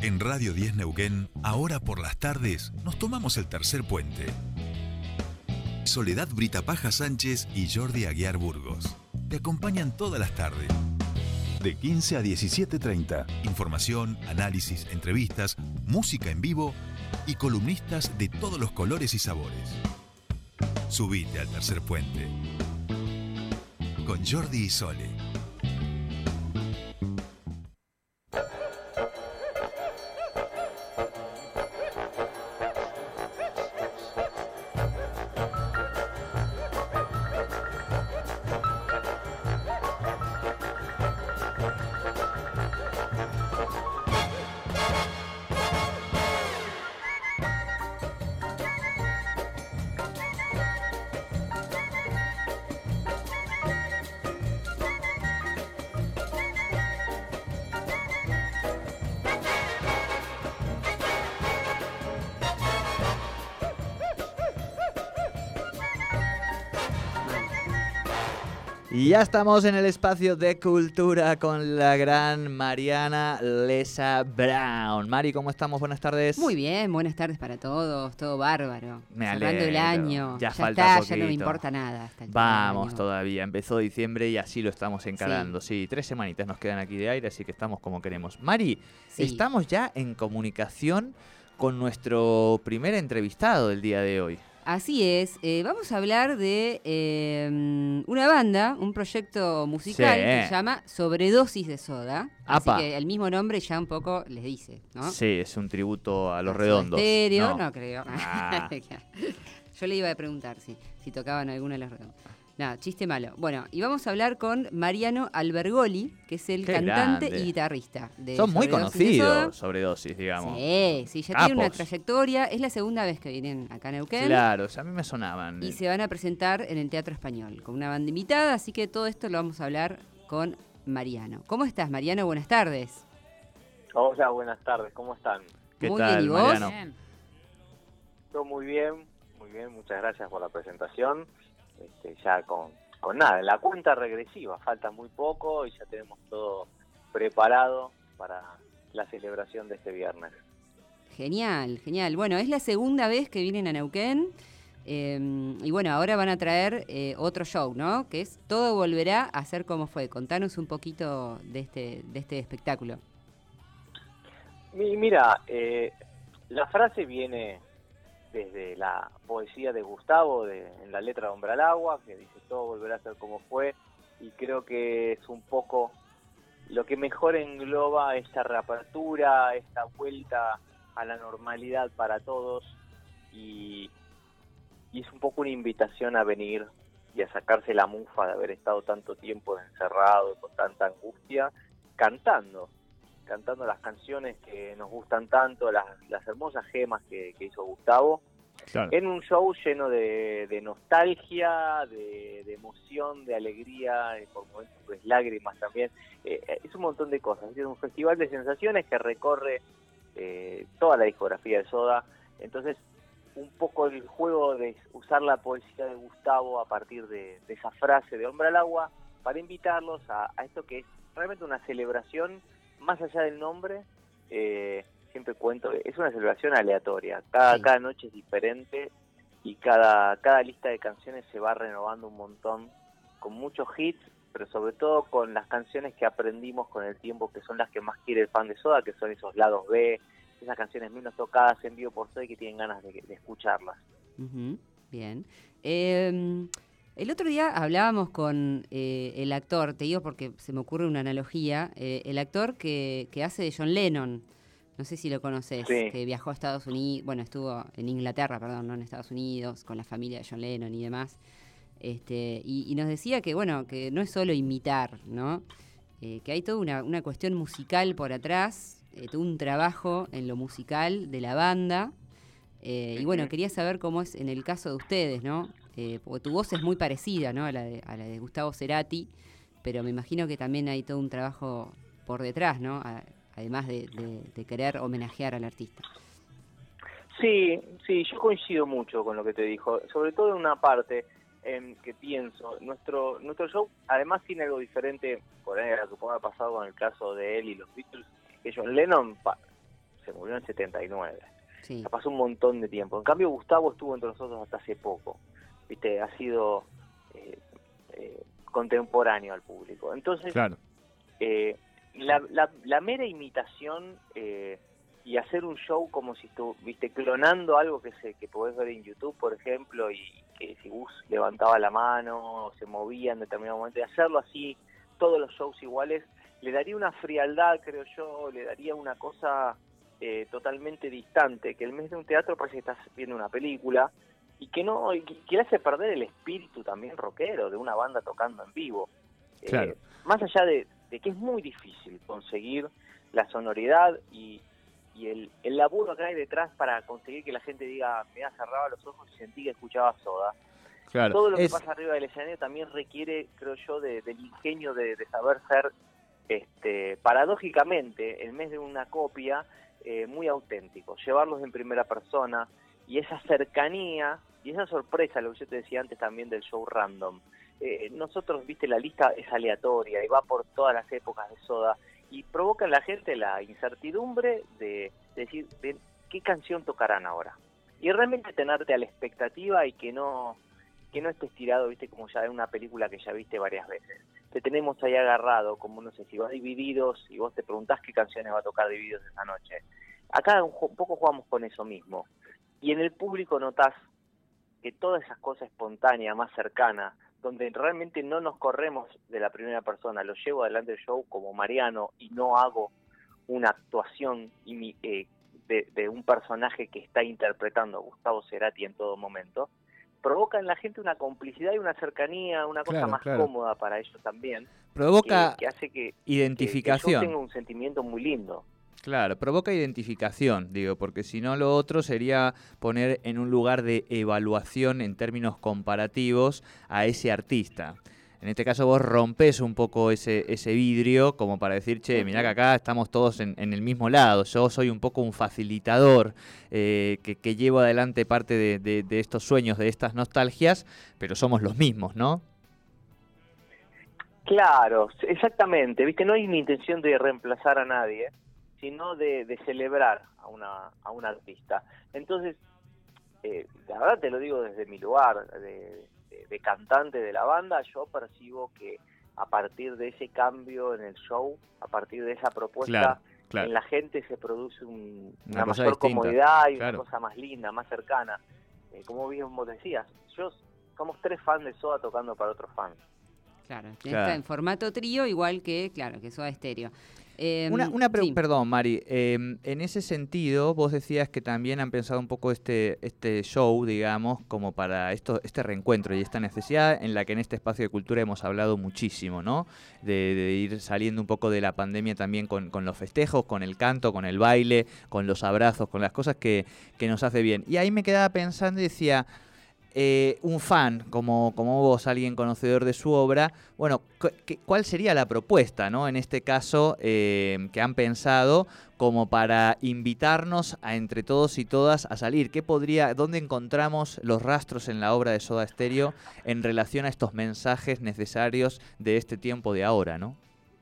En Radio 10 Neuquén, ahora por las tardes, nos tomamos el tercer puente. Soledad Britapaja Sánchez y Jordi Aguiar Burgos te acompañan todas las tardes. De 15 a 17:30. Información, análisis, entrevistas, música en vivo y columnistas de todos los colores y sabores. Subite al tercer puente. Con Jordi y Sole. Y ya estamos en el espacio de cultura con la gran Mariana Lesa Brown. Mari, ¿cómo estamos? Buenas tardes. Muy bien, buenas tardes para todos, todo bárbaro. Me Cerrando alegro. el año, Ya falta está, poquito. ya no me importa nada. Hasta el Vamos año. todavía, empezó diciembre y así lo estamos encarando. Sí, 3 semanitas nos quedan aquí de aire, así que estamos como queremos. Mari, Sí. estamos ya en comunicación con nuestro primer entrevistado del día de hoy. Así es, vamos a hablar de una banda, un proyecto musical Sí. que se llama Sobredosis de Soda. Apa. Así que el mismo nombre ya un poco les dice, ¿no? Sí, es un tributo a los Soda redondos. Stereo, No. no creo. Ah. Yo le iba a preguntar si tocaban alguna de los redondos. No, chiste malo. Bueno, y vamos a hablar con Mariano Albergoli, que es el Qué cantante grande. y guitarrista de Son muy Sobredosis de Soda. conocidos, Sobredosis, digamos. Sí, ya tiene una Capos. trayectoria. Es la segunda vez que vienen acá a Neuquén. Claro, o sea, a mí me sonaban. Y se van a presentar en el Teatro Español con una banda invitada, así que todo esto lo vamos a hablar con Mariano. ¿Cómo estás, Mariano? Buenas tardes. Hola, buenas tardes, ¿cómo están? ¿Qué Muy tal, bien, ¿y vos? Mariano? Todo muy bien, muchas gracias por la presentación. Ya con nada, la cuenta regresiva, falta muy poco y ya tenemos todo preparado para la celebración de este viernes. Genial, genial. Bueno, es la segunda vez que vienen a Neuquén y bueno, ahora van a traer otro show, ¿no? Que es Todo volverá a ser como fue. Contanos un poquito de este espectáculo. Mira, la frase viene desde la poesía de Gustavo, en la letra de Hombre al Agua, que dice todo volverá a ser como fue, y creo que es un poco lo que mejor engloba esta reapertura, esta vuelta a la normalidad para todos, y es un poco una invitación a venir y a sacarse la mufa de haber estado tanto tiempo encerrado, con tanta angustia, cantando las canciones que nos gustan tanto, las hermosas gemas que hizo Gustavo, Claro. en un show lleno de nostalgia, de emoción, de alegría, por momentos pues, lágrimas también. Es un montón de cosas, es un festival de sensaciones que recorre toda la discografía de Soda. Entonces, un poco el juego de usar la poesía de Gustavo a partir de esa frase de Hombre al Agua, para invitarlos a esto que es realmente una celebración más allá del nombre. Siempre cuento, es una celebración aleatoria, cada noche es diferente y cada lista de canciones se va renovando un montón, con muchos hits, pero sobre todo con las canciones que aprendimos con el tiempo, que son las que más quiere el fan de Soda, que son esos lados B, esas canciones menos tocadas en vivo por Soda y que tienen ganas de escucharlas. Ujú, bien. El otro día hablábamos con el actor, te digo porque se me ocurre una analogía, el actor que hace de John Lennon, no sé si lo conoces, Sí. que viajó a Estados Unidos, bueno, estuvo en Inglaterra, perdón, no en Estados Unidos, con la familia de John Lennon y demás, y nos decía que, bueno, que no es solo imitar, ¿no? Que hay toda una cuestión musical por atrás, todo un trabajo en lo musical de la banda. Y bueno, quería saber cómo es en el caso de ustedes, ¿no? Porque tu voz es muy parecida, ¿no? a la de Gustavo Cerati, pero me imagino que también hay todo un trabajo por detrás, ¿no? Además de querer homenajear al artista. Sí, yo coincido mucho con lo que te dijo, sobre todo en una parte que pienso, nuestro show además tiene algo diferente, por ahí a lo que pueda pasado con el caso de él y los Beatles, que John Lennon se murió en el 79. Sí. Ya pasó un montón de tiempo. En cambio, Gustavo estuvo entre nosotros hasta hace poco. ¿Viste? Ha sido contemporáneo al público. Entonces, Claro. la mera imitación y hacer un show como si viste, clonando algo que podés ver en YouTube, por ejemplo, y que si Gus levantaba la mano o se movía en determinado momento, y hacerlo así, todos los shows iguales, le daría una frialdad, creo yo, le daría una cosa totalmente distante, que en vez de un teatro parece que estás viendo una película, y que le hace perder el espíritu también rockero de una banda tocando en vivo. Claro. Más allá de que es muy difícil conseguir la sonoridad y el laburo que hay detrás para conseguir que la gente diga, mirá, cerraba los ojos y sentí que escuchaba Soda. Claro. Todo lo que pasa arriba del escenario también requiere, creo yo, del ingenio de saber ser, paradójicamente, en vez de una copia, muy auténtico, llevarlos en primera persona, y esa cercanía y esa sorpresa, lo que yo te decía antes también del show random. Nosotros, viste, la lista es aleatoria y va por todas las épocas de Soda, y provoca en la gente la incertidumbre de decir, ¿qué canción tocarán ahora? Y realmente tenerte a la expectativa y que no estés tirado, viste, como ya en una película que ya viste varias veces. Te tenemos ahí agarrado, como no sé, si vas Divididos y vos te preguntás qué canciones va a tocar Divididos esa noche. Acá un poco jugamos con eso mismo. Y en el público notás que toda esa cosa espontánea, más cercana, donde realmente no nos corremos de la primera persona, lo llevo adelante del show como Mariano y no hago una actuación de un personaje que está interpretando Gustavo Cerati en todo momento, provoca en la gente una complicidad y una cercanía, una cosa más cómoda para ellos también. Provoca que hace que identificación. Que yo tenga un sentimiento muy lindo. Claro, provoca identificación, digo, porque si no lo otro sería poner en un lugar de evaluación en términos comparativos a ese artista. En este caso vos rompés un poco ese vidrio como para decir, che, mirá que acá estamos todos en el mismo lado. Yo soy un poco un facilitador que llevo adelante parte de estos sueños, de estas nostalgias, pero somos los mismos, ¿no? Claro, exactamente. Viste, no hay una intención de reemplazar a nadie, sino de celebrar a un artista. Entonces, la verdad te lo digo desde mi lugar de cantante de la banda, yo percibo que a partir de ese cambio en el show, a partir de esa propuesta, en la gente se produce una mayor distinta, comodidad y una cosa más linda, más cercana. Como bien vos decías, somos 3 fans de Soda tocando para otros fans. Claro, está en formato trío, igual que Soda Stereo. Una pregunta, perdón, Mari. En ese sentido, vos decías que también han pensado un poco este show, digamos, como para este reencuentro y esta necesidad en la que en este espacio de cultura hemos hablado muchísimo, ¿no? De ir saliendo un poco de la pandemia también con los festejos, con el canto, con el baile, con los abrazos, con las cosas que nos hace bien. Y ahí me quedaba pensando y decía, un fan como vos, alguien conocedor de su obra, bueno, ¿cuál sería la propuesta, ¿no? En este caso, que han pensado como para invitarnos a entre todos y todas a salir? ¿Dónde encontramos los rastros en la obra de Soda Stereo en relación a estos mensajes necesarios de este tiempo de ahora, ¿no?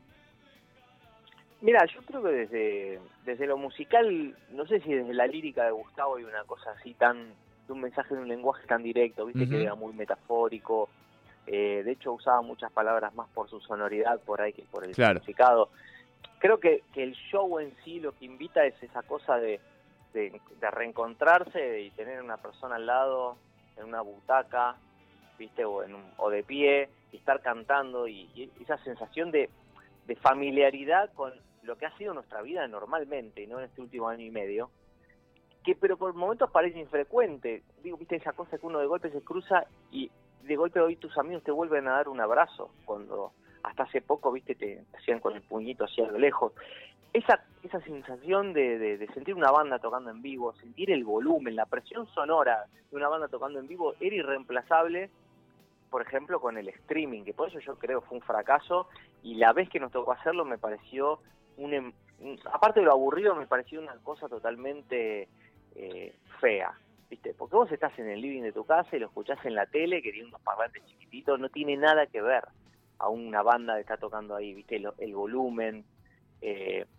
Mira, yo creo que desde lo musical, no sé si desde la lírica de Gustavo hay una cosa así de un mensaje en un lenguaje tan directo, viste, que era muy metafórico, de hecho usaba muchas palabras más por su sonoridad por ahí que por el significado. Creo que el show en sí lo que invita es esa cosa de reencontrarse y tener una persona al lado en una butaca, viste, o de pie, y estar cantando, y esa sensación de familiaridad con lo que ha sido nuestra vida normalmente, y no en este último año y medio, pero por momentos parece infrecuente. Digo, viste, esa cosa que uno de golpe se cruza y de golpe hoy tus amigos te vuelven a dar un abrazo, cuando hasta hace poco, viste, te hacían con el puñito hacia lo lejos. Esa sensación de sentir una banda tocando en vivo, sentir el volumen, la presión sonora de una banda tocando en vivo era irreemplazable, por ejemplo, con el streaming, que por eso yo creo fue un fracaso, y la vez que nos tocó hacerlo me pareció aparte de lo aburrido, me pareció una cosa totalmente fea, ¿viste? Porque vos estás en el living de tu casa y lo escuchás en la tele, que tiene unos parlantes chiquititos, no tiene nada que ver a una banda que está tocando ahí, ¿viste? El volumen,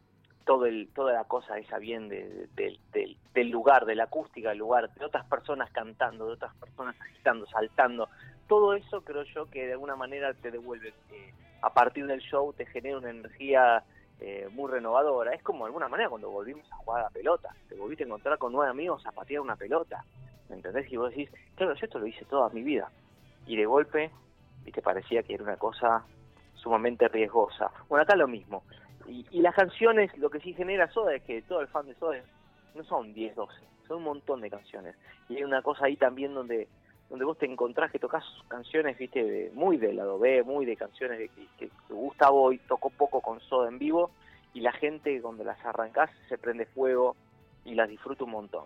toda la cosa esa bien del lugar, de la acústica del lugar, de otras personas cantando, de otras personas agitando, saltando, todo eso creo yo que de alguna manera te devuelve, a partir del show te genera una energía muy renovadora. Es como de alguna manera cuando volvimos a jugar a la pelota, te volviste a encontrar con 9 amigos a patear una pelota, ¿me entendés? Y vos decís, claro, yo esto lo hice toda mi vida, y de golpe, viste, parecía que era una cosa sumamente riesgosa. Bueno, acá lo mismo. Y las canciones, lo que sí genera Soda es que todo el fan de Soda no son 10, 12, son un montón de canciones. Y hay una cosa ahí también donde vos te encontrás que tocas canciones, viste, muy del lado B, muy de canciones que Gustavo hoy tocó poco con Soda en vivo, y la gente cuando las arrancás se prende fuego y las disfruta un montón.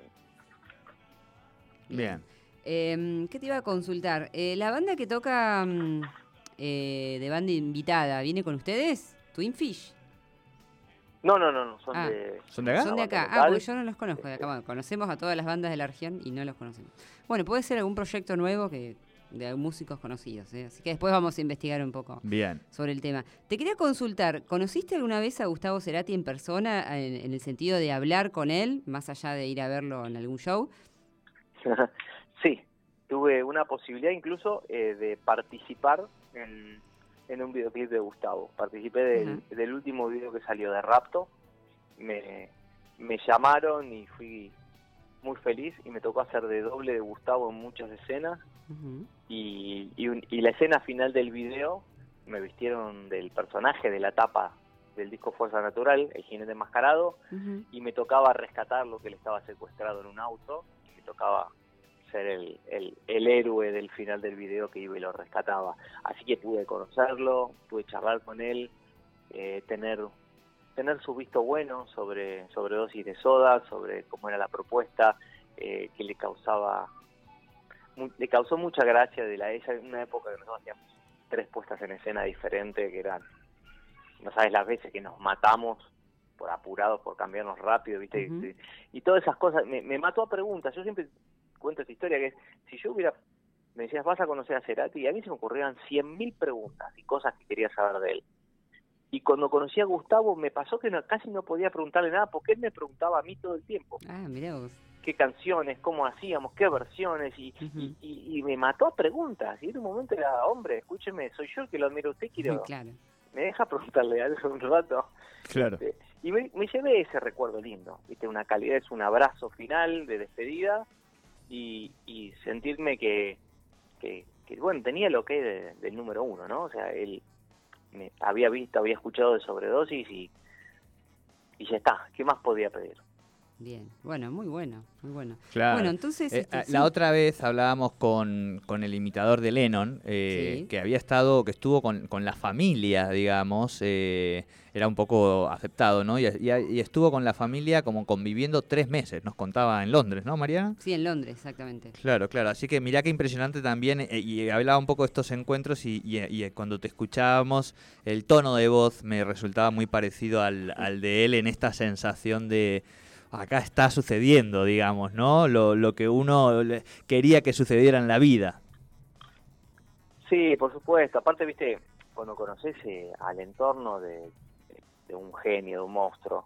Bien. ¿Qué te iba a consultar? La banda que toca de banda invitada, ¿viene con ustedes? ¿Twin Fish? No, son ¿Son de acá? Son de acá. Local. Porque yo no los conozco de acá. Bueno, conocemos a todas las bandas de la región y no los conocemos. Bueno, puede ser algún proyecto nuevo de músicos conocidos, ¿eh? Así que después vamos a investigar un poco Bien. sobre el tema. Te quería consultar, ¿conociste alguna vez a Gustavo Cerati en persona en el sentido de hablar con él, más allá de ir a verlo en algún show? Sí, tuve una posibilidad incluso de participar en un videoclip de Gustavo. Participé del último video que salió de Rapto. Me llamaron y fui muy feliz y me tocó hacer de doble de Gustavo en muchas escenas. Uh-huh. Y la escena final del video me vistieron del personaje de la tapa del disco Fuerza Natural, el jinete enmascarado, Uh-huh. y me tocaba rescatar lo que él estaba secuestrado en un auto, y me tocaba ser el héroe del final del video que iba y lo rescataba. Así que pude conocerlo, pude charlar con él, tener su visto bueno sobre Dosis de Soda, sobre cómo era la propuesta, que le causó mucha gracia de una época que nosotros hacíamos 3 puestas en escena diferentes, que eran, no sabes las veces que nos matamos por apurados, por cambiarnos rápido, ¿viste? Uh-huh. Y todas esas cosas, me mató a preguntas. Yo siempre cuento esta historia, que es, si yo me decías, vas a conocer a Cerati, y a mí se me ocurrían 100.000 preguntas y cosas que quería saber de él. Y cuando conocí a Gustavo me pasó que casi no podía preguntarle nada, porque él me preguntaba a mí todo el tiempo. Ah, mirá vos. Qué canciones, cómo hacíamos, qué versiones, Uh-huh. y me mató a preguntas. Y en un momento era, hombre, escúcheme, soy yo el que lo admiro a usted, quiero... Claro. ¿Me deja preguntarle algo un rato? Claro. Y me llevé ese recuerdo lindo, ¿viste? Una calidez, un abrazo final de despedida, y sentirme que bueno, tenía lo que es del número 1, ¿no? O sea, él había escuchado de Sobredosis y ya está. ¿Qué más podía pedir? Bien, bueno, muy bueno, muy bueno. Claro. Bueno, entonces... La sí. otra vez hablábamos con el imitador de Lennon, Sí. que estuvo con la familia, digamos, era un poco aceptado, ¿no? Y estuvo con la familia como conviviendo 3 meses, nos contaba en Londres, ¿no, Mariana? Sí, en Londres, exactamente. Claro, así que mirá qué impresionante también, y hablaba un poco de estos encuentros y cuando te escuchábamos, el tono de voz me resultaba muy parecido al de él en esta sensación de... Acá está sucediendo, digamos, ¿no? Lo que uno quería que sucediera en la vida. Sí, por supuesto. Aparte, viste, cuando conoces al entorno de un genio, de un monstruo,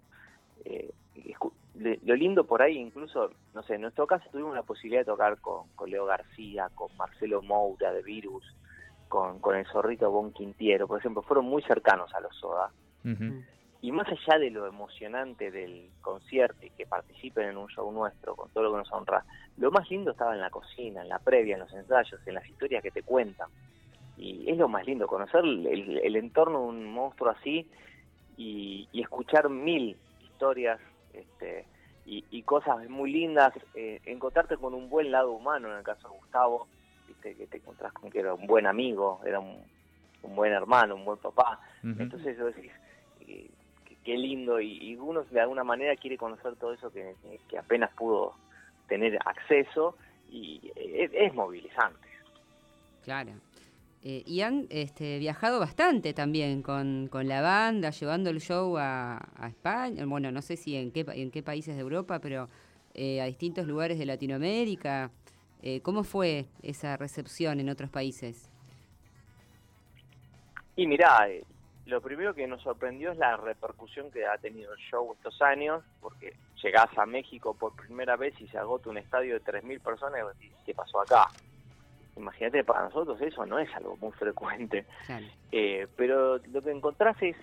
lo lindo por ahí, incluso, no sé, en nuestro caso tuvimos la posibilidad de tocar con Leo García, con Marcelo Moura de Virus, con el Zorrito Bon Quintiero, por ejemplo, fueron muy cercanos a los Soda. Uh-huh. Y más allá de lo emocionante del concierto y que participen en un show nuestro, con todo lo que nos honra, lo más lindo estaba en la cocina, en la previa, en los ensayos, en las historias que te cuentan. Y es lo más lindo, conocer el entorno de un monstruo así y escuchar 1000 historias y cosas muy lindas, encontrarte con un buen lado humano, en el caso de Gustavo, ¿viste? Que te encontrás con que era un buen amigo, era un buen hermano, un buen papá. Uh-huh. Entonces yo decís... Qué lindo, y uno de alguna manera quiere conocer todo eso que apenas pudo tener acceso, y es movilizante. Claro. Y han viajado bastante también con la banda, llevando el show a España, bueno, no sé si en qué países de Europa, pero a distintos lugares de Latinoamérica. ¿Cómo fue esa recepción en otros países? Y mirá, Lo primero que nos sorprendió es la repercusión que ha tenido el show estos años, porque llegás a México por primera vez y se agota un estadio de 3.000 personas y vos decís, ¿qué pasó acá? Imagínate, para nosotros eso no es algo muy frecuente. Claro. Pero lo que encontrás es,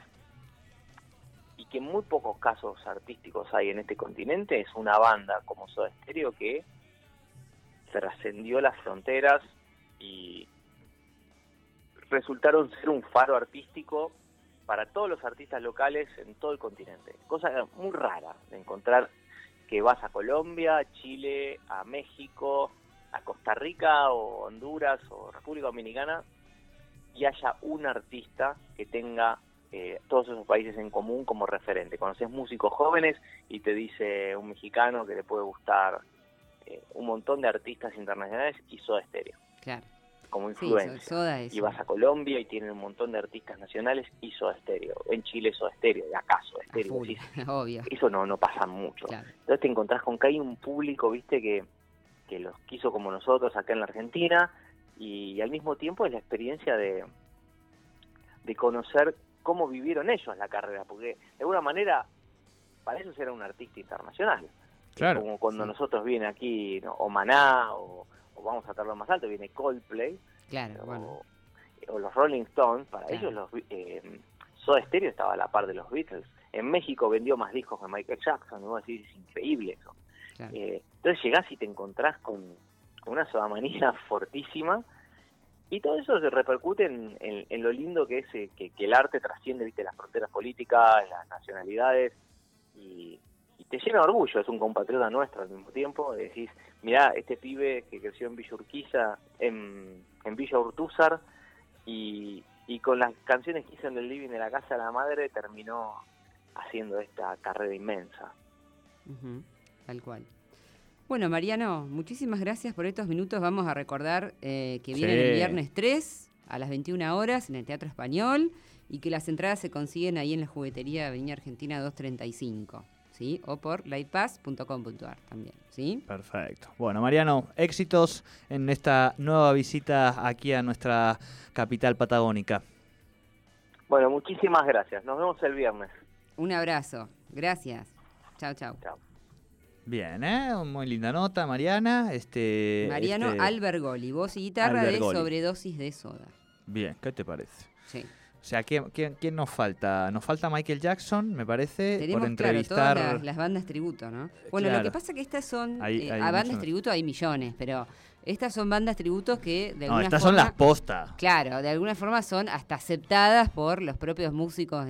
y que en muy pocos casos artísticos hay en este continente, es una banda como Soda Stereo que trascendió las fronteras y resultaron ser un faro artístico para todos los artistas locales en todo el continente. Cosa muy rara de encontrar, que vas a Colombia, a Chile, a México, a Costa Rica o Honduras o República Dominicana y haya un artista que tenga todos esos países en común como referente. Conoces músicos jóvenes y te dice un mexicano que le puede gustar un montón de artistas internacionales y Soda Stereo. Claro. Como influencia. Sí, Soda es. Y vas a Colombia y tienen un montón de artistas nacionales y Soda Stereo. En Chile Soda Stereo, de acá Soda Stereo. Full, obvio. Eso no pasa mucho. Claro. Entonces te encontrás con que hay un público, viste, que los quiso como nosotros acá en la Argentina, y al mismo tiempo es la experiencia de conocer cómo vivieron ellos la carrera, porque de alguna manera para ellos era un artista internacional. Claro. Como cuando nosotros viene aquí, ¿no? O Maná, o vamos a traerlo más alto, viene Coldplay, Claro, bueno. o los Rolling Stones. Para Claro. ellos Soda Stereo estaba a la par de los Beatles. En México vendió más discos que Michael Jackson, y vos decís, es increíble eso. Claro. Entonces llegás y te encontrás con una sodamanía fortísima, y todo eso se repercute en lo lindo que es que el arte trasciende, viste, las fronteras políticas, las nacionalidades, y te llena de orgullo. Es un compatriota nuestro al mismo tiempo. Decís, mirá, este pibe que creció en Villa Urquiza, en Villa Urtúzar, y con las canciones que hizo en el living de la casa de la madre terminó haciendo esta carrera inmensa. Uh-huh. Tal cual. Bueno, Mariano, muchísimas gracias por estos minutos. Vamos a recordar que vienen el viernes 3 a las 21 horas en el Teatro Español, y que las entradas se consiguen ahí en la juguetería de Avenida Argentina 235, ¿sí? O por lightpass.com.ar también, ¿sí? Perfecto. Bueno, Mariano, éxitos en esta nueva visita aquí a nuestra capital patagónica. Bueno, muchísimas gracias. Nos vemos el viernes. Un abrazo. Gracias. Chau, chau. Chao. Bien, muy linda nota, Mariana. Mariano Albergoli, voz y guitarra Albergoli. de Sobredosis de Soda. Bien, ¿qué te parece? Sí. O sea, ¿quién nos falta? Nos falta Michael Jackson, me parece, Tenemos, por entrevistar. claro, todas las bandas tributo, ¿no? Bueno, Claro. lo que pasa es que estas son... Hay a bandas mucho- tributo hay millones, pero estas son bandas tributos que de alguna estas forma... son las postas. Claro, de alguna forma son hasta aceptadas por los propios músicos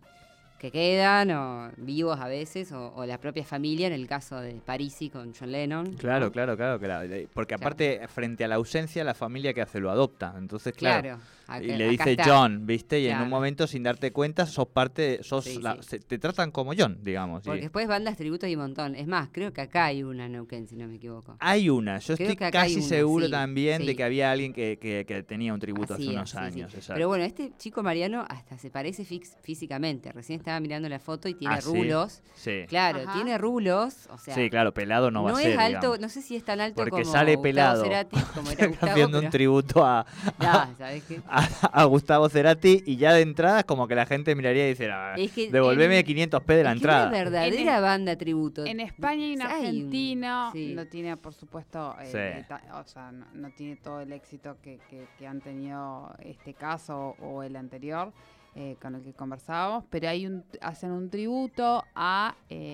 que quedan, o vivos a veces, o la propia familia, en el caso de Parisi con John Lennon. Claro, ¿no? claro. Porque aparte, frente a la ausencia, la familia que hace lo adopta. Entonces, claro. Acá- Y le acá dice está. John, ¿viste? Y en Claro. un momento, sin darte cuenta, sos parte, Sí, sí. te tratan como John, digamos. Porque y- después bandas tributos hay un montón. Es más, creo que acá hay una en Neuquén, si no me equivoco. Hay una, yo Creo estoy que acá hay casi una, seguro sí, también sí. de que había alguien que tenía un tributo Así hace es, unos sí, años. sí. exacto. Pero bueno, este chico Mariano hasta se parece físicamente. Recién estaba mirando la foto y tiene ¿Ah, sí? rulos. Sí. Claro, Ajá. tiene rulos. O sea, Sí, claro, pelado no va a ser, es alto, digamos. no sé si es tan alto Porque como sale Gustavo pelado. Cerati, como era Gustavo, Haciendo un pero- tributo a No, ¿sabes qué? a Gustavo Cerati, y ya de entrada como que la gente miraría y dice, Es que devolveme en- 500p de la Es que una entrada. verdadera banda tributo. En España y en Hay un- Argentina sí. no tiene, por supuesto, Sí. o sea, no tiene todo el éxito que han tenido este caso o el anterior con el que conversábamos, pero hacen un tributo a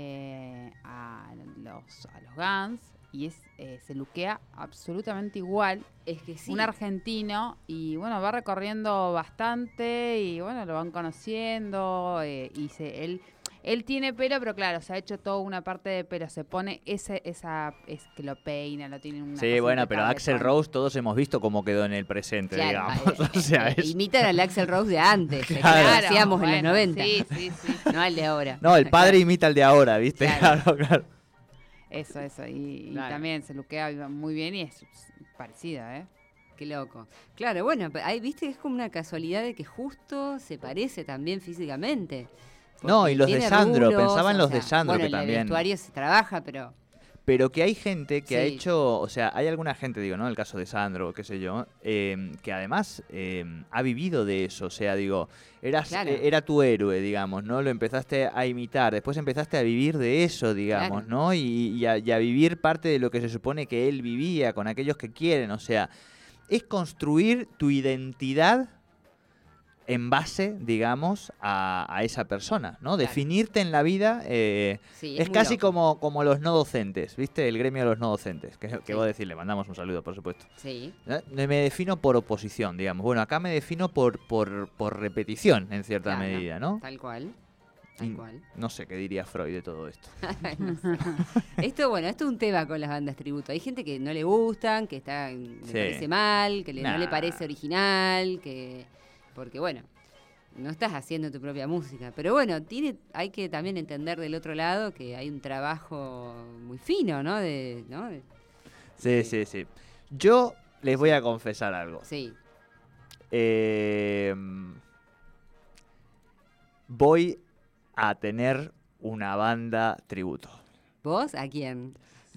los Guns, y se luquea absolutamente igual. Es que sí. Un argentino, y bueno, va recorriendo bastante y bueno, lo van conociendo, él tiene pelo, pero claro, se ha hecho toda una parte de pelo, se pone es que lo peina, lo tiene una Sí, cosa bueno, pero impecable Axl con- Rose todos hemos visto cómo quedó en el presente, Claro, digamos. O sea, es... imitan al Axl Rose de antes, que Claro. hacíamos en los bueno, 90. Sí. No al de ahora. No, el padre Claro. imita al de ahora, ¿viste? Claro. Claro. Eso, y Claro. también se luquea muy bien y es parecida, ¿eh? Qué loco. Claro, bueno, ahí viste, es como una casualidad de que justo se parece también físicamente. No, Porque y los de tiene Sandro, rulos, pensaba en o los de sea, Sandro, bueno, que el también... vestuario se trabaja, pero pero que hay gente que ha Sí. hecho, o sea, hay alguna gente, digo, ¿no? El caso de Sandro, qué sé yo, que además ha vivido de eso, o sea, digo, Claro. era tu héroe, digamos, ¿no? Lo empezaste a imitar, después empezaste a vivir de eso, digamos, Claro. ¿no? Y a vivir parte de lo que se supone que él vivía con aquellos que quieren, o sea, es construir tu identidad en base, digamos, a esa persona, ¿no? Claro. Definirte en la vida Sí, es muy casi loco. como los no docentes, ¿viste? El gremio de los no docentes, que Sí. vos decís, le mandamos un saludo, por supuesto. Sí. Me defino por oposición, digamos. Bueno, acá me defino por repetición, en cierta Claro. medida, ¿no? Tal cual. Y Tal cual. no sé qué diría Freud de todo esto. No sé. Esto es un tema con las bandas tributo. Hay gente que no le gustan, que le Sí. parece mal, que no le Nah. parece original, porque bueno, no estás haciendo tu propia música. Pero bueno, hay que también entender del otro lado que hay un trabajo muy fino, ¿no? Sí, sí, sí. Yo les voy a confesar algo. Sí. Voy a tener una banda tributo. ¿Vos? ¿A quién?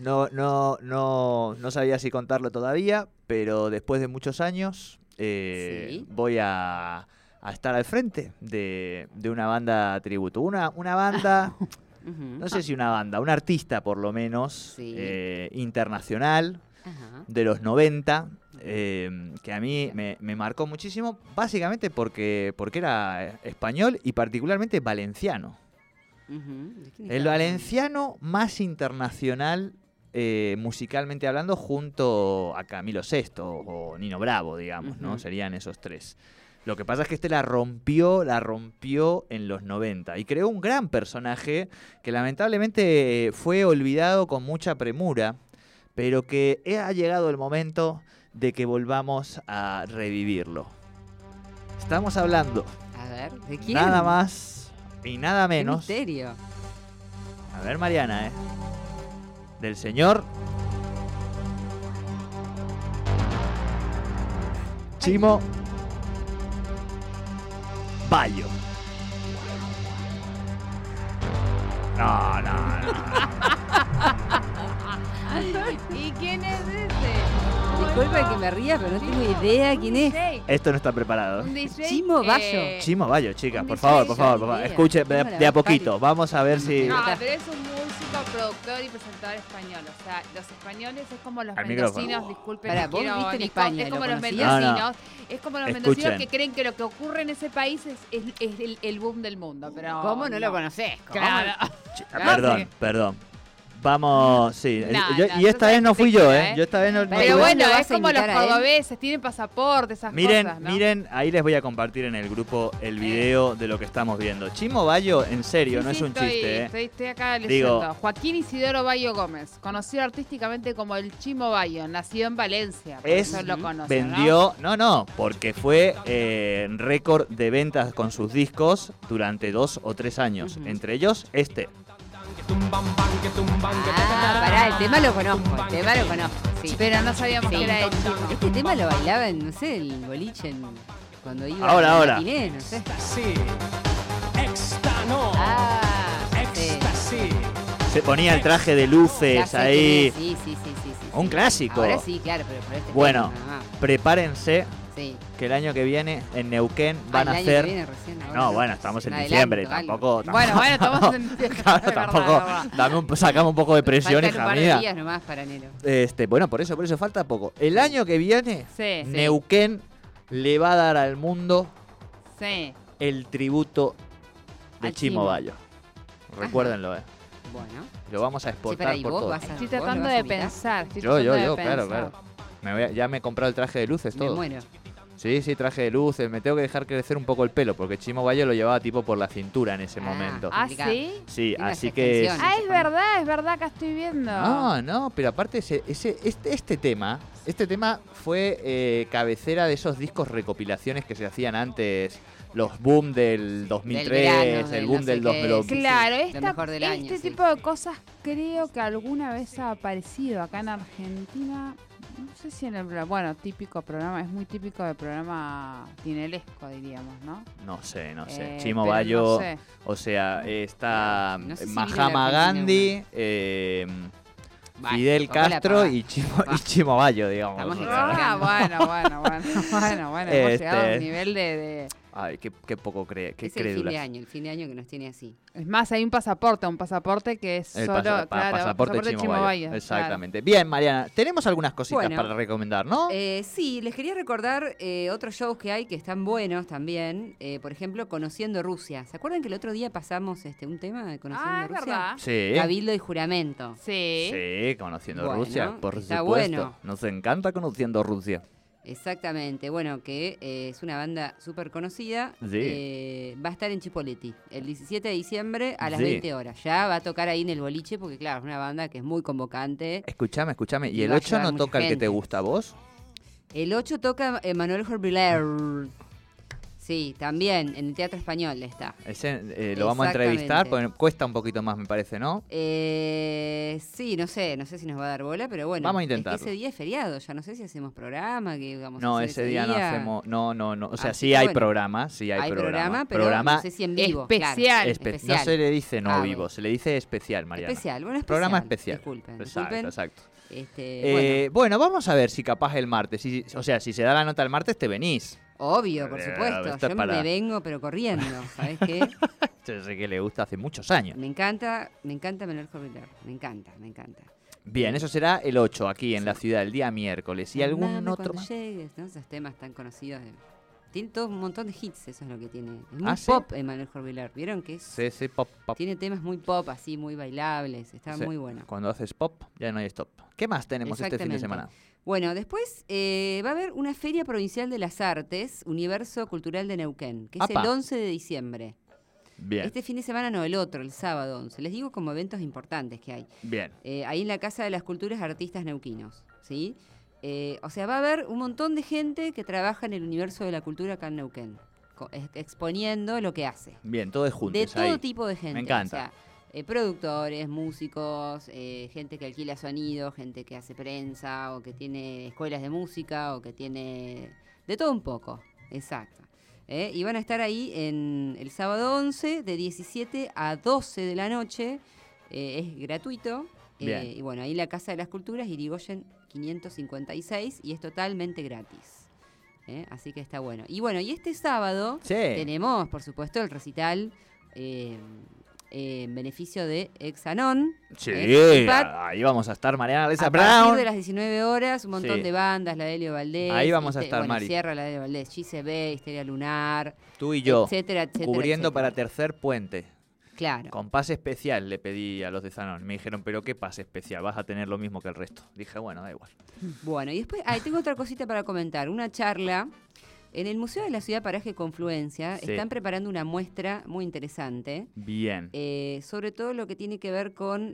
No sabía si contarlo todavía, pero después de muchos años Sí. voy a estar al frente de una banda tributo. Una banda, Ujú. no sé si una banda, un artista por lo menos, Sí. internacional, Ajá. de los 90, que a mí me marcó muchísimo, básicamente porque era español y particularmente valenciano. Ujú. ¿De quién El estás valenciano más internacional musicalmente hablando junto a Camilo VI o Nino Bravo, digamos, ¿no? Ujú. Serían esos tres. Lo que pasa es que este la rompió en los 90 y creó un gran personaje que lamentablemente fue olvidado con mucha premura, pero que ha llegado el momento de que volvamos a revivirlo. Estamos hablando hablando? A ver, ¿de quién? nada más y nada Qué menos. misterio. A ver, Mariana, del señor Chimo Bayo. No. ¿Y quién es ese? Disculpe que me ría, pero no tengo idea quién es. Esto no está preparado. Un DJ. Chimo Bayo. Chimo Bayo, chicas, Un por DJ, favor, yo ni idea. Escuche ¿Cómo la va de a a poquito. buscar? Vamos a ver si... No, pero es un músico, productor y presentador español. O sea, los españoles es como los Al mendocinos, micrófono. Pará, disculpen. les vos quiero, viviste en Nico, España, es ¿lo como los conocías? mendocinos. Es como los Escuchen. mendocinos que creen que lo que ocurre en ese país es el boom del mundo. Pero ¿Cómo no lo conocés? ¿Cómo? Claro. Perdón. Vamos, sí. No, y esta vez no fui yo, ridículo, Yo esta vez no... Pero Pero vos bueno, lo vas es a como los invitar a él. cordobeses, tienen pasaporte, esas cosas, ¿no? Miren, ahí les voy a compartir en el grupo el video de lo que estamos viendo. Chimo Bayo, en serio, Sí, no sí, es un chiste, Estoy acá leyendo. Digo- Joaquín Isidoro Bayo Gómez, conocido artísticamente como el Chimo Bayo, nacido en Valencia. Por Es- eso lo conocen, Vendió, porque fue récord de ventas con sus discos durante 2 o 3 años. Ujú. Entre ellos, este. Ah, pará, el tema lo conozco. Sí. Pero no sabíamos Sí. que era de Chimo. Este tema lo bailaba en, no sé, el boliche cuando iba Ahora, al ahora. matiné, no sé. Sí. Extano. Ah, sí. Éxtasis. Se ponía el traje de Ya luces sé ahí. quién es. Sí. Un clásico. Ahora sí, claro, pero por este Bueno, tema nada más. Prepárense Sí. que el año que viene en Neuquén van el a año que hacer... viene recién, ahora No, bueno, estamos en Un diciembre, adelanto, tampoco... Bueno, estamos en Claro, es verdad, tampoco, es verdad. sacamos un poco de presión, Faltan hija un par de mía. días nomás para enero. Bueno, por eso falta poco. El año que viene, Sí, Neuquén le va a dar al mundo sí. el tributo de Al Chimo Chimo. Bayo. Recuérdenlo, Bueno. Lo vamos a Sí, exportar pará, ¿y por vos todo. vas a- Estoy vos lo tratando vas a de invitar? pensar. Yo, claro. Ya me he comprado el traje de luces, Me todo. muero. Sí, traje de luces. Me tengo que dejar crecer un poco el pelo porque Chimo Bayo lo llevaba tipo por la cintura en ese Ah. momento. Ah, Complicado. ¿sí? Sí, Tiene unas así que... extensiones. Ah, es verdad, acá estoy viendo. No, pero aparte este tema fue cabecera de esos discos recopilaciones que se hacían antes, los boom del 2003, verano, el del boom no sé del qué, 2000. sí. Claro, lo mejor del año, sí. tipo de cosas creo que alguna vez ha aparecido acá en Argentina. No sé si en el típico programa, es muy típico del programa tinelesco, diríamos, ¿no? No sé. pero Chimo no Bayo, sé. o sea, está No sé si vino Mahatma a la Argentina Gandhi, Bueno, Fidel tampoco la Castro pagás. y Chimo Bayo, digamos. Estamos Bueno, hemos llegado a Este- un nivel de... Ay, qué poco cree, qué Es el fin de crédulas. año, el fin de año que nos tiene así. Es más, hay un pasaporte que es El solo, pasaporte Chimo Bayo. Bayo, Exactamente. Bien, Mariana, tenemos algunas cositas Bueno. para recomendar, ¿no? Sí, les quería recordar otros shows que hay que están buenos también. Por ejemplo, Conociendo Rusia. ¿Se acuerdan que el otro día pasamos un tema de Conociendo Ah, es Rusia? verdad. Sí. Cabildo y juramento. Sí. Sí, conociendo Bueno, Rusia, por está supuesto. bueno. Nos encanta conociendo Rusia. Exactamente, bueno, que es una banda súper conocida. Sí. Va a estar en Chipoleti el 17 de diciembre a las Sí. 20 horas. Ya va a tocar ahí en el boliche porque, claro, es una banda que es muy convocante. Escúchame. ¿Y Y el va a 8 llevar no mucha toca el que gente. te gusta a vos? El 8 toca Manuel Jorbiler. Sí, también en el Teatro Español está. Ese lo vamos a entrevistar, porque cuesta un poquito más, me parece, ¿no? Sí, no sé si nos va a dar bola, pero bueno. Vamos a es que intentarlo. ese día es feriado, ya no sé si hacemos programa, que vamos a No, hacer ese día no hacemos, no. O sea, Así sí que hay bueno. programa, sí hay programa. pero Programa no sé si en vivo. especial. claro, No se le dice no Ah, vivo, bueno. se le dice especial, Mariana. Especial, bueno, especial. Programa especial. Disculpen. Exacto. Bueno, Vamos a ver si capaz el martes, o sea, si se da la nota el martes, te venís. obvio, por esto supuesto. es Yo para- me vengo, pero corriendo, ¿sabes qué? Yo sé que le gusta hace muchos años. Me encanta Manuel Jorbiler. Me encanta. Bien, eso será el 8 aquí en la ciudad, el día miércoles. ¿Y algún Amame otro cuando más? llegues, ¿no? Esos temas tan conocidos. Tiene todo un montón de hits, eso es lo que tiene. Es muy ¿Ah, sí? pop Manuel Jorbiler. ¿Vieron que es? Sí, pop. Tiene temas muy pop, así, muy bailables. Está Sí. muy bueno. Cuando haces pop, ya no hay stop. ¿Qué más tenemos este fin de Exactamente. semana? Bueno, después va a haber una Feria Provincial de las Artes, Universo Cultural de Neuquén, que es ¡Apa! el 11 de diciembre. Bien, Este fin de semana no, el otro, el sábado 11. Les digo como eventos importantes que hay. bien. Ahí en la Casa de las Culturas Artistas Neuquinos, ¿sí? O sea, va a haber un montón de gente que trabaja en el universo de la cultura acá en Neuquén, exponiendo lo que hace. Bien, todo es juntos. De todo ahí. tipo de gente. Me encanta. O sea, productores, músicos, gente que alquila sonido, gente que hace prensa, o que tiene escuelas de música, o que tiene... De todo un poco, exacto. Y van a estar ahí en el sábado 11, de 17 a 12 de la noche. Es gratuito. Bien. Y bueno, ahí en la Casa de las Culturas, Irigoyen 556, y es totalmente gratis. Así que está bueno. Y bueno, y este sábado Sí. tenemos, por supuesto, el recital en beneficio de Exanon. Sí, Ipat, ahí vamos a estar, Mariana Lesa a partir Brown. de las 19 horas, un montón Sí. de bandas, la de Delio Valdés. Ahí vamos a estar, bueno, Mari. Cierra la de Delio Valdés, GCB, Histeria Lunar, Tú y yo, etcétera, etcétera. cubriendo etcétera. para Tercer Puente. Claro. Con pase especial le pedí a los de Zanón. Me dijeron, ¿pero qué pase especial? Vas a tener lo mismo que el resto. Dije, bueno, da igual. Bueno, y después, tengo otra cosita para comentar. Una charla en el Museo de la Ciudad Paraje Confluencia. Sí. Están preparando una muestra muy interesante. Bien. Sobre todo lo que tiene que ver con,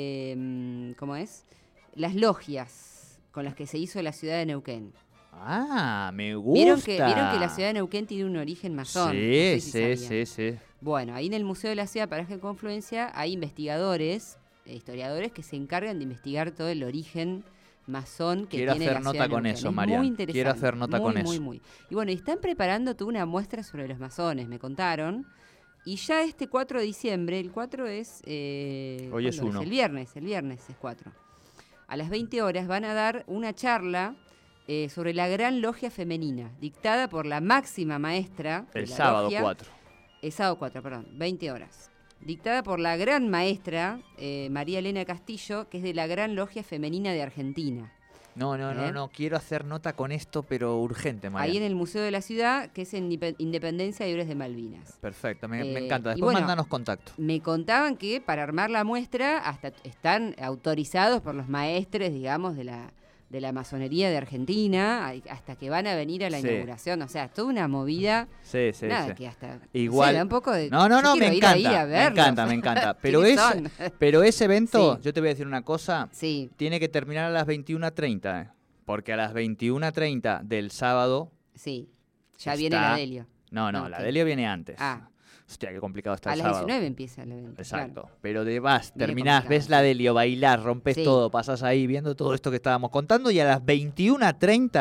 ¿cómo es? Las logias con las que se hizo la ciudad de Neuquén. Ah, me gusta. ¿Vieron que la ciudad de Neuquén tiene un origen masón? No sé si sabían. sí. Bueno, ahí en el Museo de la Ciudad Paraje Confluencia hay investigadores, historiadores que se encargan de investigar todo el origen masón que Quiero tiene hacer la nota ciudad de con Neuquén. eso, Es Marian. muy interesante. Quiero hacer nota con eso. Muy. Y bueno, y están preparando toda una muestra sobre los masones, me contaron. Y ya este 4 de diciembre, el 4 es... Hoy es ¿cuándo 1. El viernes es 4. A las 20 horas van a dar una charla sobre la Gran Logia Femenina, dictada por la máxima maestra de El la sábado logia. 4. Sábado 4, perdón, 20 horas. Dictada por la gran maestra María Elena Castillo, que es de la Gran Logia Femenina de Argentina. No, quiero hacer nota con esto, pero urgente, Marian. Ahí en el Museo de la Ciudad, que es en Independencia y Héroes de Malvinas. Perfecto, me Eh, encanta. y Después bueno, mándanos contacto. Me contaban que para armar la muestra hasta están autorizados por los maestres, digamos, de la masonería de Argentina, hasta que van a venir a la Sí. inauguración. O sea, es toda una movida. Sí. Nada, que hasta... Igual- no sé, da un poco de... No, yo me quiero ir ahí encanta. a Me verlos. encanta, me encanta. Pero, ¿Quiénes son? pero ese evento, Sí. yo te voy a decir una cosa, Sí, tiene que terminar a las 21:30. Porque a las 21:30 del sábado. sí. Ya Está- viene la Delio. No, Ah, la ok. Delio viene antes. Ah. Hostia, qué complicado está A el las sábado. 19 empieza el evento. Exacto. claro. Pero Viene terminás, complicado, ves la sí. Delio, bailás, rompes Sí. todo, pasás ahí viendo todo esto que estábamos contando y a las 21:30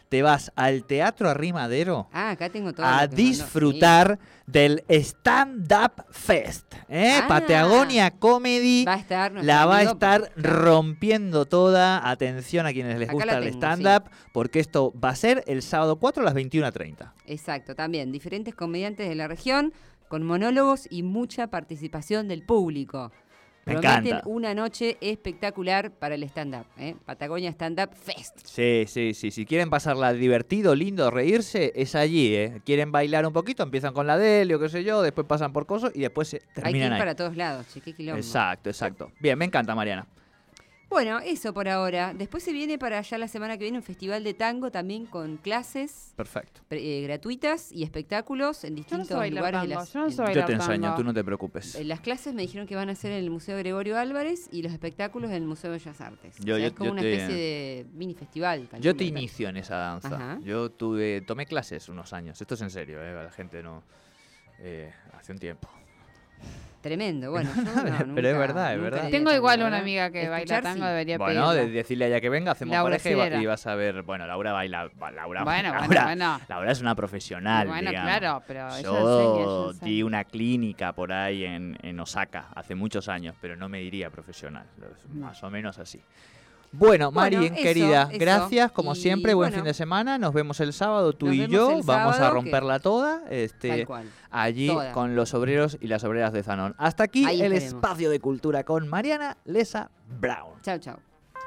te vas al Teatro Arrimadero acá tengo todo a lo que mandó. disfrutar del Stand Up Fest. Patagonia Comedy Va a estar la va a amigo, estar rompiendo toda. Atención a quienes les Acá gusta la el tengo, stand-up, porque esto va a ser el sábado 4 a las 21:30. Exacto, también diferentes comediantes de la región con monólogos y mucha participación del público. Me Prometen encanta. una noche espectacular para el stand-up, Patagonia Stand Up Fest. Sí. Si quieren pasarla divertido, lindo, reírse, es allí, Quieren bailar un poquito, empiezan con la Deli o qué sé yo, después pasan por cosas y después se Hay que terminan ir ahí. para todos lados, che, qué quilombo. Exacto. Bien, me encanta, Mariana. Bueno, eso por ahora. Después se viene para allá la semana que viene un festival de tango también con clases Perfecto. gratuitas y espectáculos en Yo no distintos sé bailar lugares de tango, las... yo no sé Yo bailar te enseño, tango. tú no te preocupes. Las clases me dijeron que van a ser en el Museo Gregorio Álvarez y los espectáculos en el Museo de Bellas Artes. Yo es como una te- especie de mini festival. Yo te calculo. inicio en esa danza. Ajá. Yo tomé clases unos años. Esto es en serio, la gente no... hace un tiempo. Tremendo, bueno. Yo no, Pero es nunca- verdad, es nunca verdad. le di Tengo tango, igual la una verdad. amiga que baila Escuchar, tango, sí. debería Bueno, pedirla. decirle a ella que venga, hacemos Laura pareja Sierra. y vas a ver... Bueno, Laura baila... Laura, Bueno. Laura es una profesional, Bueno, digamos. claro, pero ella Yo enseña. di una clínica por ahí en Osaka hace muchos años, pero no me diría profesional. Más o menos así. Bueno, Mari, Bueno, querida, eso. gracias, como Y, siempre, buen bueno, fin de semana. Nos vemos el sábado, tú nos y vemos yo. el Vamos a sábado, romperla toda. Tal cual. Allí Toda. con los obreros y las obreras de Zanón. Hasta aquí Ahí el estaremos. espacio de cultura con Mariana Lesa Brown. Chau, chau.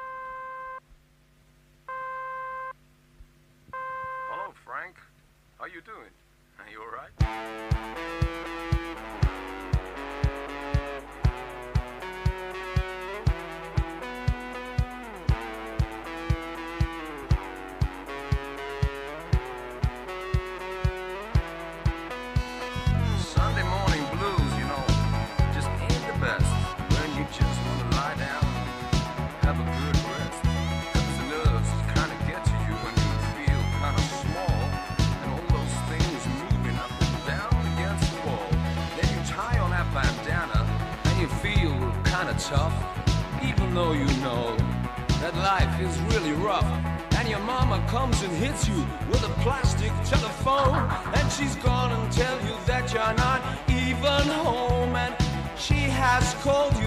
Hello, Frank. How you doing? Are you all right? Sunday morning blues, you know, just ain't the best when you just want to lie down, have a good rest. 'Cause the nerves kind of get to you when you feel kind of small, and all those things moving up and down against the wall. Then you tie on that bandana, and you feel kind of tough, even though you know that life is really rough. And your mama comes and hits you with a plastic telephone, and she's gonna tell you that you're not even home, and she has called you